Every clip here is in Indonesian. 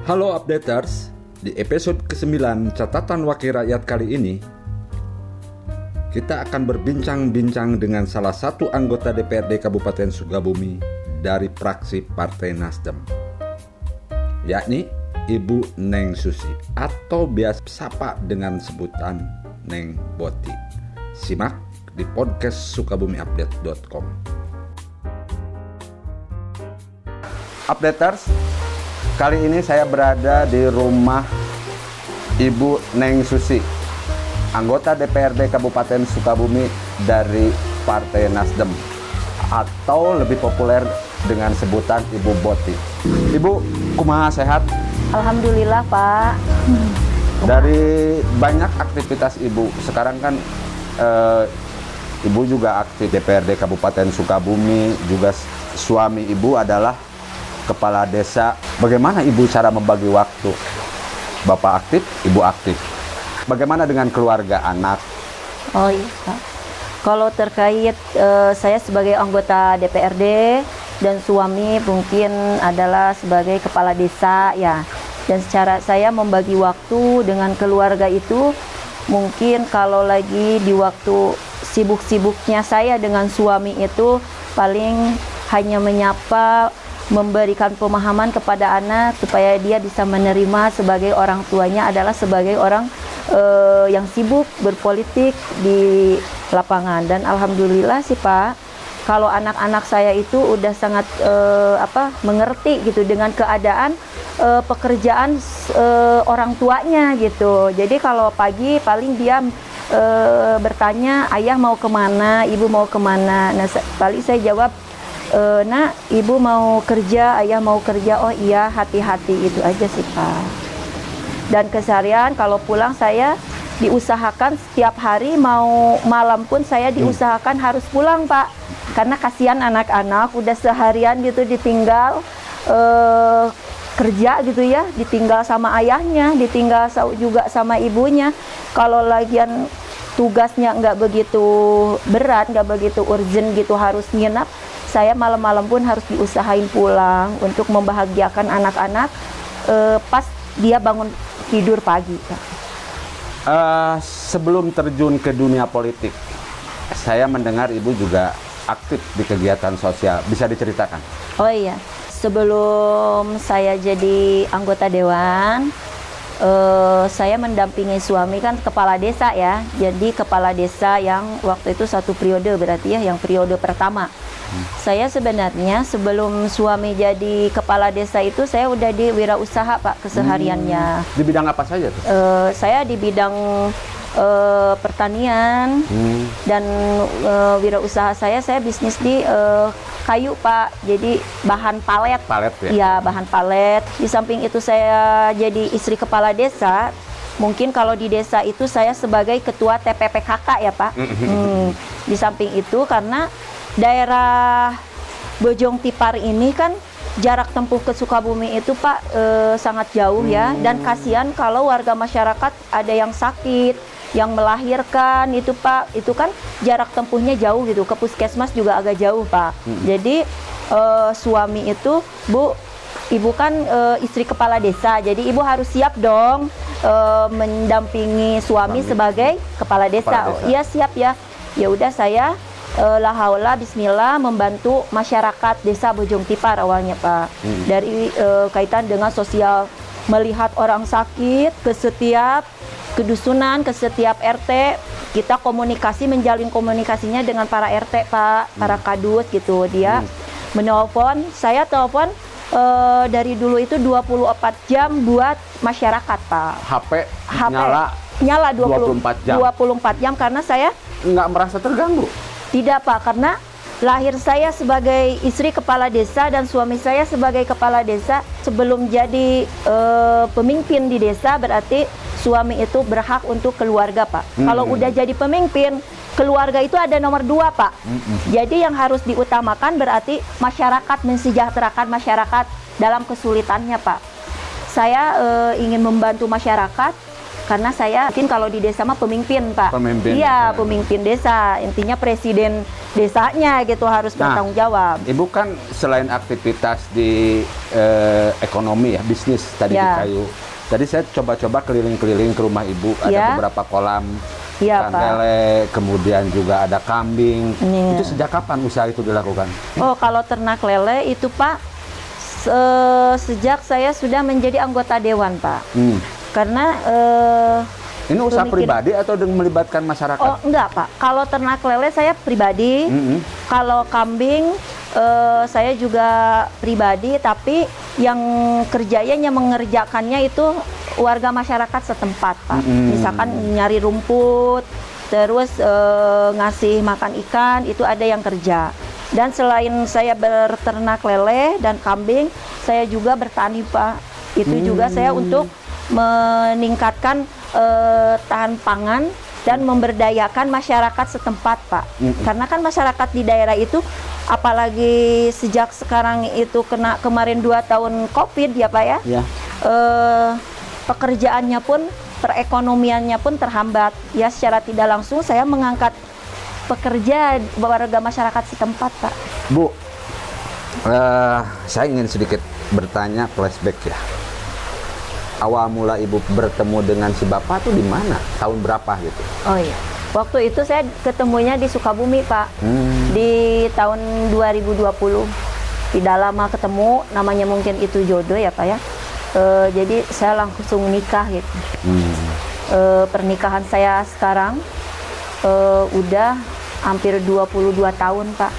Halo updaters, di episode ke-9 catatan wakil rakyat kali ini kita akan berbincang-bincang dengan salah satu anggota DPRD Kabupaten Sukabumi dari fraksi Partai Nasdem, yakni Ibu Neng Susi atau biasa sapa dengan sebutan Neng Boti. Simak di podcast sukabumiupdate.com. Updaters, kali ini saya berada di rumah Ibu Neng Susi, anggota DPRD Kabupaten Sukabumi dari Partai Nasdem, atau lebih populer dengan sebutan Ibu Boti. Ibu, kumaha sehat? Alhamdulillah, Pak. Dari banyak aktivitas Ibu, sekarang kan Ibu juga aktif DPRD Kabupaten Sukabumi, juga suami Ibu adalah kepala desa. Bagaimana Ibu cara membagi waktu? Bapak aktif, Ibu aktif. Bagaimana dengan keluarga, anak? Oh iya, Pak. Kalau terkait saya sebagai anggota DPRD dan suami mungkin adalah sebagai kepala desa ya. Dan secara saya membagi waktu dengan keluarga itu mungkin kalau lagi di waktu sibuk-sibuknya saya dengan suami itu paling hanya menyapa, memberikan pemahaman kepada anak supaya dia bisa menerima sebagai orang tuanya adalah sebagai orang yang sibuk berpolitik di lapangan. Dan alhamdulillah sih Pak, kalau anak-anak saya itu udah sangat mengerti gitu dengan keadaan pekerjaan orang tuanya gitu. Jadi kalau pagi paling dia bertanya, ayah mau kemana, ibu mau kemana. Nah paling saya jawab, nak, ibu mau kerja, ayah mau kerja. Oh iya, hati-hati, itu aja sih Pak. Dan keseharian kalau pulang saya diusahakan setiap hari, mau malam pun saya diusahakan harus pulang Pak. Karena kasihan anak-anak udah seharian gitu ditinggal kerja gitu ya, ditinggal sama ayahnya, ditinggal juga sama ibunya. Kalau lagian tugasnya nggak begitu berat, nggak begitu urgent gitu harus nginap, saya malam-malam pun harus diusahain pulang untuk membahagiakan anak-anak pas dia bangun tidur pagi. Sebelum terjun ke dunia politik, saya mendengar Ibu juga aktif di kegiatan sosial. Bisa diceritakan? Oh iya, sebelum saya jadi anggota dewan, saya mendampingi suami kan kepala desa ya. Jadi kepala desa yang waktu itu satu periode berarti ya, yang periode pertama. Saya sebenarnya sebelum suami jadi kepala desa itu saya udah di wirausaha Pak kesehariannya. Di bidang apa saja tuh? Saya di bidang pertanian dan wirausaha saya bisnis di kayu Pak. Jadi bahan palet. Palet ya? Iya, bahan palet. Di samping itu saya jadi istri kepala desa. Mungkin kalau di desa itu saya sebagai ketua TPPKK ya Pak. Di samping itu karena daerah Bojong Tipar ini kan jarak tempuh ke Sukabumi itu Pak sangat jauh ya. Dan kasihan kalau warga masyarakat ada yang sakit, yang melahirkan itu Pak, itu kan jarak tempuhnya jauh gitu, ke puskesmas juga agak jauh Pak. Jadi suami itu, Bu, ibu kan istri kepala desa, jadi ibu harus siap dong mendampingi suami sebagai kepala desa. Oh, iya siap ya. Ya udah saya la haula bismillah membantu masyarakat desa Bojong Tipar awalnya Pak. Dari kaitan dengan sosial, melihat orang sakit ke setiap kedusunan, ke setiap RT, kita komunikasi, menjalin komunikasinya dengan para RT Pak, para kadus gitu. Dia menelpon, saya telepon dari dulu itu 24 jam buat masyarakat Pak. HP nyala 24 jam. 24 jam karena saya nggak merasa terganggu? Tidak Pak, karena lahir saya sebagai istri kepala desa dan suami saya sebagai kepala desa. Sebelum jadi pemimpin di desa berarti suami itu berhak untuk keluarga Pak. Kalau udah jadi pemimpin, keluarga itu ada nomor 2 Pak. Jadi yang harus diutamakan berarti masyarakat, mensejahterakan masyarakat dalam kesulitannya Pak. Saya ingin membantu masyarakat karena saya mungkin kalau di desa mah pemimpin, Pak. Pemimpin. Iya, pemimpin desa. Intinya presiden desanya gitu harus bertanggung jawab. Ibu kan selain aktivitas di ekonomi ya, bisnis tadi di kayu. Tadi saya coba-coba keliling-keliling ke rumah Ibu, ada beberapa kolam ikan lele, kemudian juga ada kambing. Itu sejak kapan usaha itu dilakukan? Oh, kalau ternak lele itu, Pak, sejak saya sudah menjadi anggota dewan, Pak. Karena ini usaha pribadi atau dengan melibatkan masyarakat? Oh, enggak, Pak. Kalau ternak lele saya pribadi. Kalau kambing saya juga pribadi, tapi yang kerjanya mengerjakannya itu warga masyarakat setempat, Pak. Misalkan nyari rumput, terus ngasih makan ikan, itu ada yang kerja. Dan selain saya berternak lele dan kambing, saya juga bertani, Pak. Itu juga saya untuk meningkatkan tahan pangan dan memberdayakan masyarakat setempat, Pak. Karena kan masyarakat di daerah itu, apalagi sejak sekarang itu kena kemarin 2 tahun COVID ya, Pak ya. Pekerjaannya pun, perekonomiannya pun terhambat. Ya, secara tidak langsung saya mengangkat pekerja warga masyarakat setempat, Pak. Bu, saya ingin sedikit bertanya, flashback ya. Awal mula Ibu bertemu dengan si Bapak tuh di mana? Tahun berapa gitu? Oh iya, waktu itu saya ketemunya di Sukabumi, Pak. Di tahun 2020. Tidak lama ketemu, namanya mungkin itu jodoh ya, Pak ya. Jadi saya langsung nikah gitu. Pernikahan saya sekarang udah hampir 22 tahun, Pak.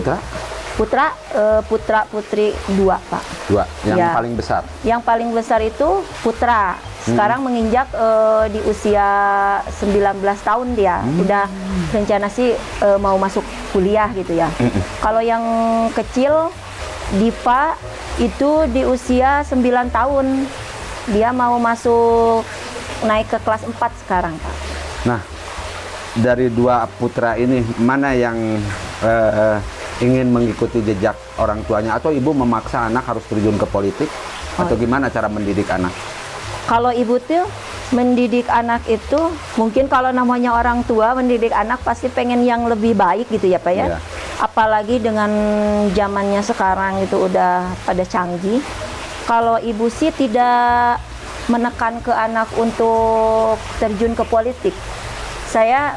Putra putri 2, Pak. 2, yang paling besar? Yang paling besar itu putra. Sekarang menginjak di usia 19 tahun dia. Udah rencana sih mau masuk kuliah gitu ya. Kalau yang kecil, Diva, itu di usia 9 tahun. Dia mau masuk naik ke kelas 4 sekarang, Pak. Nah, dari 2 putra ini, mana yang ingin mengikuti jejak orang tuanya, atau Ibu memaksa anak harus terjun ke politik, atau gimana cara mendidik anak? Kalau Ibu tuh mendidik anak itu, mungkin kalau namanya orang tua mendidik anak pasti pengen yang lebih baik gitu ya, Pak ya. Apalagi dengan zamannya sekarang itu udah pada canggih. Kalau Ibu sih tidak menekan ke anak untuk terjun ke politik. Saya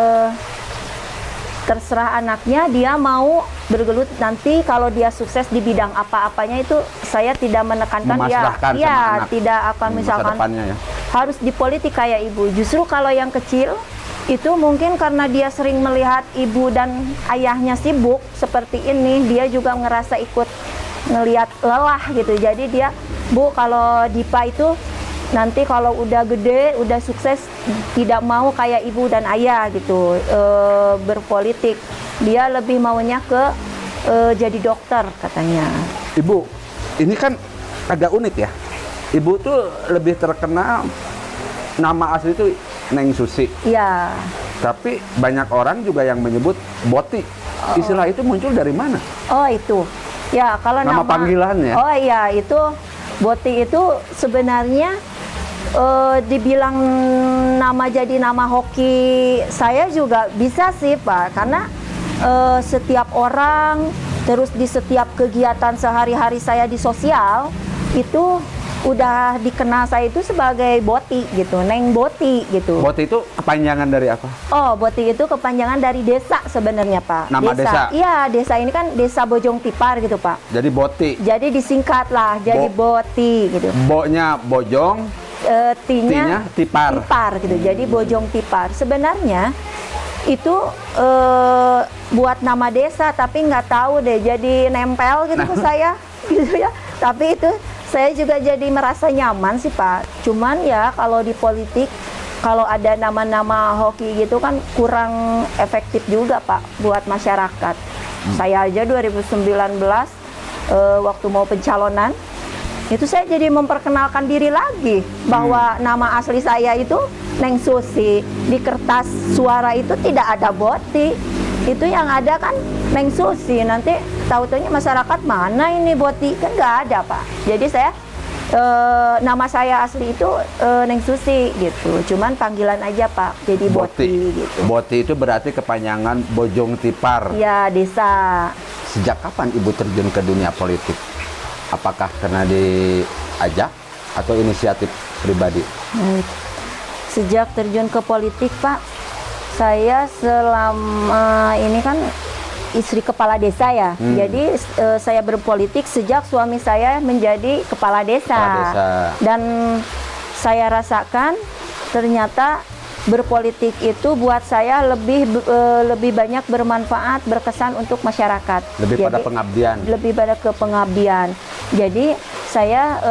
terserah anaknya, dia mau bergelut nanti kalau dia sukses di bidang apa-apanya, itu saya tidak menekankan dia. Iya, tidak akan misalkan harus di politik kayak Ibu. Justru kalau yang kecil itu mungkin karena dia sering melihat ibu dan ayahnya sibuk seperti ini, dia juga ngerasa ikut ngelihat lelah gitu. Jadi dia, Bu, kalau Dipa itu nanti kalau udah gede, udah sukses, tidak mau kayak ibu dan ayah gitu, berpolitik. Dia lebih maunya ke jadi dokter katanya. Ibu, ini kan agak unik ya. Ibu tuh lebih terkenal, nama asli itu Neng Susi. Iya. Tapi banyak orang juga yang menyebut Boti. Istilah itu muncul dari mana? Oh itu, ya kalau nama panggilannya. Oh iya, itu Boti itu sebenarnya dibilang jadi nama hoki saya juga bisa sih, Pak, karena setiap orang, terus di setiap kegiatan sehari-hari saya di sosial itu udah dikenal saya itu sebagai Boti gitu, Neng Boti gitu. Boti itu kepanjangan dari apa? Oh, Boti itu kepanjangan dari desa sebenarnya, Pak. Nama desa? Iya, desa ini kan desa Bojong Tipar gitu, Pak. Jadi Boti? Jadi disingkat lah, jadi Boti gitu. Bo-nya Bojong, T-nya Tipar. Tipar gitu, jadi Bojong Tipar. Sebenarnya itu buat nama desa, tapi nggak tahu deh, jadi nempel gitu ke saya gitu ya. Tapi itu saya juga jadi merasa nyaman sih, Pak. Cuman ya kalau di politik, kalau ada nama-nama hoki gitu kan kurang efektif juga, Pak, buat masyarakat. Saya aja 2019 waktu mau pencalonan, itu saya jadi memperkenalkan diri lagi bahwa nama asli saya itu Neng Susi. Di kertas suara itu tidak ada Boti, itu yang ada kan Neng Susi. Nanti tahu-taunya masyarakat, mana ini Boti, kan nggak ada, Pak. Jadi saya Nama saya asli itu Neng Susi gitu. Cuman panggilan aja Pak. Jadi Boti gitu. Boti itu berarti kepanjangan Bojong Tipar. Ya, desa. Sejak kapan Ibu terjun ke dunia politik? Apakah karena diajak atau inisiatif pribadi? Sejak terjun ke politik Pak, saya selama ini kan istri kepala desa ya. Jadi saya berpolitik sejak suami saya menjadi kepala desa. Dan saya rasakan ternyata berpolitik itu buat saya lebih banyak bermanfaat, berkesan untuk masyarakat. Lebih pada pengabdian. Lebih pada ke pengabdian. Jadi saya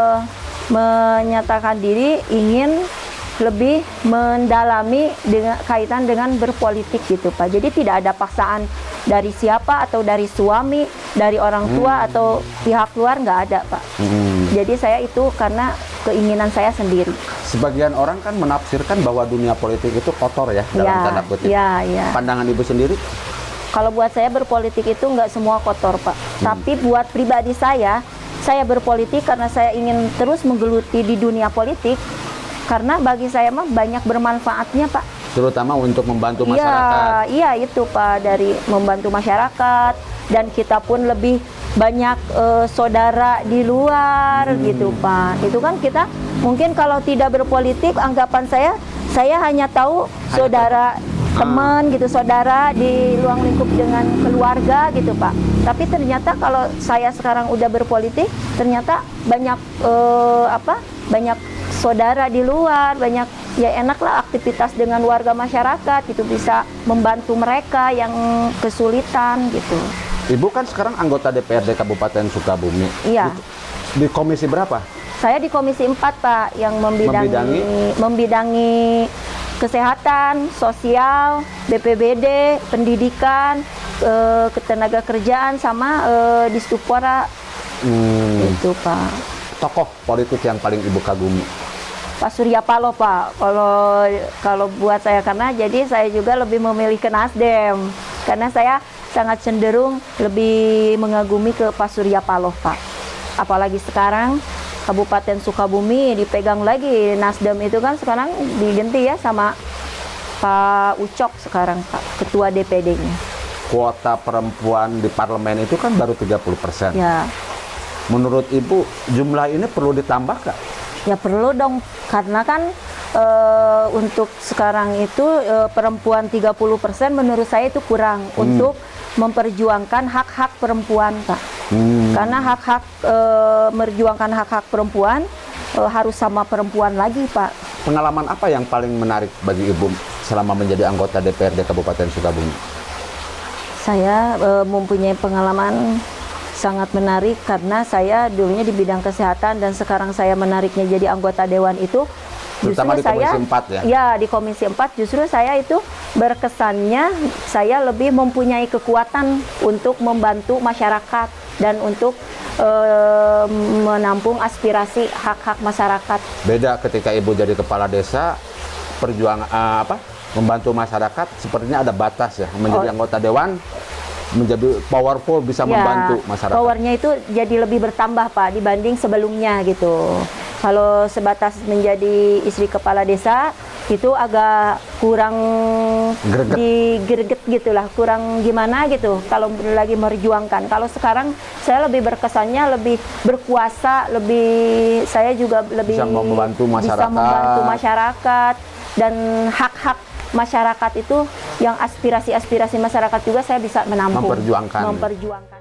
menyatakan diri ingin lebih mendalami kaitan dengan berpolitik gitu Pak. Jadi tidak ada paksaan dari siapa atau dari suami, dari orang tua atau pihak luar, nggak ada Pak. Jadi saya itu karena keinginan saya sendiri. Sebagian orang kan menafsirkan bahwa dunia politik itu kotor ya, dalam tanda kutip. Pandangan Ibu sendiri? Kalau buat saya berpolitik itu nggak semua kotor Pak. Tapi buat pribadi saya berpolitik karena saya ingin terus menggeluti di dunia politik. Karena bagi saya mah banyak bermanfaatnya Pak. Terutama untuk membantu masyarakat. Iya itu Pak, dari membantu masyarakat. Dan kita pun lebih banyak saudara di luar gitu Pak. Itu kan kita mungkin kalau tidak berpolitik, anggapan saya hanya tahu saudara, teman gitu, saudara di ruang lingkup dengan keluarga gitu Pak. Tapi ternyata kalau saya sekarang udah berpolitik, ternyata banyak banyak saudara di luar, banyak ya enaklah aktivitas dengan warga masyarakat gitu, bisa membantu mereka yang kesulitan gitu. Ibu kan sekarang anggota DPRD Kabupaten Sukabumi. Iya. Di komisi berapa? Saya di komisi 4 Pak, yang membidangi kesehatan, sosial, BPBD, pendidikan, ketenaga kerjaan sama Dispora. Itu Pak. Tokoh politik yang paling Ibu kagumi? Pak Surya Paloh Pak. Kalau buat saya, karena jadi saya juga lebih memilih ke Nasdem. Karena saya sangat cenderung lebih mengagumi ke Pak Surya Paloh Pak. Apalagi sekarang Kabupaten Sukabumi dipegang lagi Nasdem, itu kan sekarang diganti ya sama Pak Ucok sekarang Pak, Ketua DPD-nya. Kuota perempuan di parlemen itu kan baru 30%. Ya. Menurut Ibu jumlah ini perlu ditambah Kak? Ya perlu dong, karena kan untuk sekarang itu perempuan 30% menurut saya itu kurang untuk memperjuangkan hak-hak perempuan Pak. Karena merjuangkan hak-hak perempuan harus sama perempuan lagi Pak. Pengalaman apa yang paling menarik bagi Ibu selama menjadi anggota DPRD Kabupaten Sukabumi? Saya mempunyai pengalaman sangat menarik karena saya dulunya di bidang kesehatan dan sekarang saya menariknya jadi anggota dewan itu. Terutama di Komisi 4 ya? Ya, di Komisi 4 justru saya itu berkesannya saya lebih mempunyai kekuatan untuk membantu masyarakat dan untuk menampung aspirasi hak-hak masyarakat. Beda ketika Ibu jadi kepala desa, membantu masyarakat sepertinya ada batas ya. Menjadi anggota dewan, menjadi powerful, bisa membantu masyarakat. Powernya itu jadi lebih bertambah Pak dibanding sebelumnya gitu. Kalau sebatas menjadi istri kepala desa itu agak kurang digerget gitulah, kurang gimana gitu kalau lagi merjuangkan. Kalau sekarang saya lebih berkesannya lebih berkuasa, saya juga lebih bisa membantu masyarakat dan hak-hak masyarakat itu yang aspirasi-aspirasi masyarakat juga saya bisa menampung, memperjuangkan.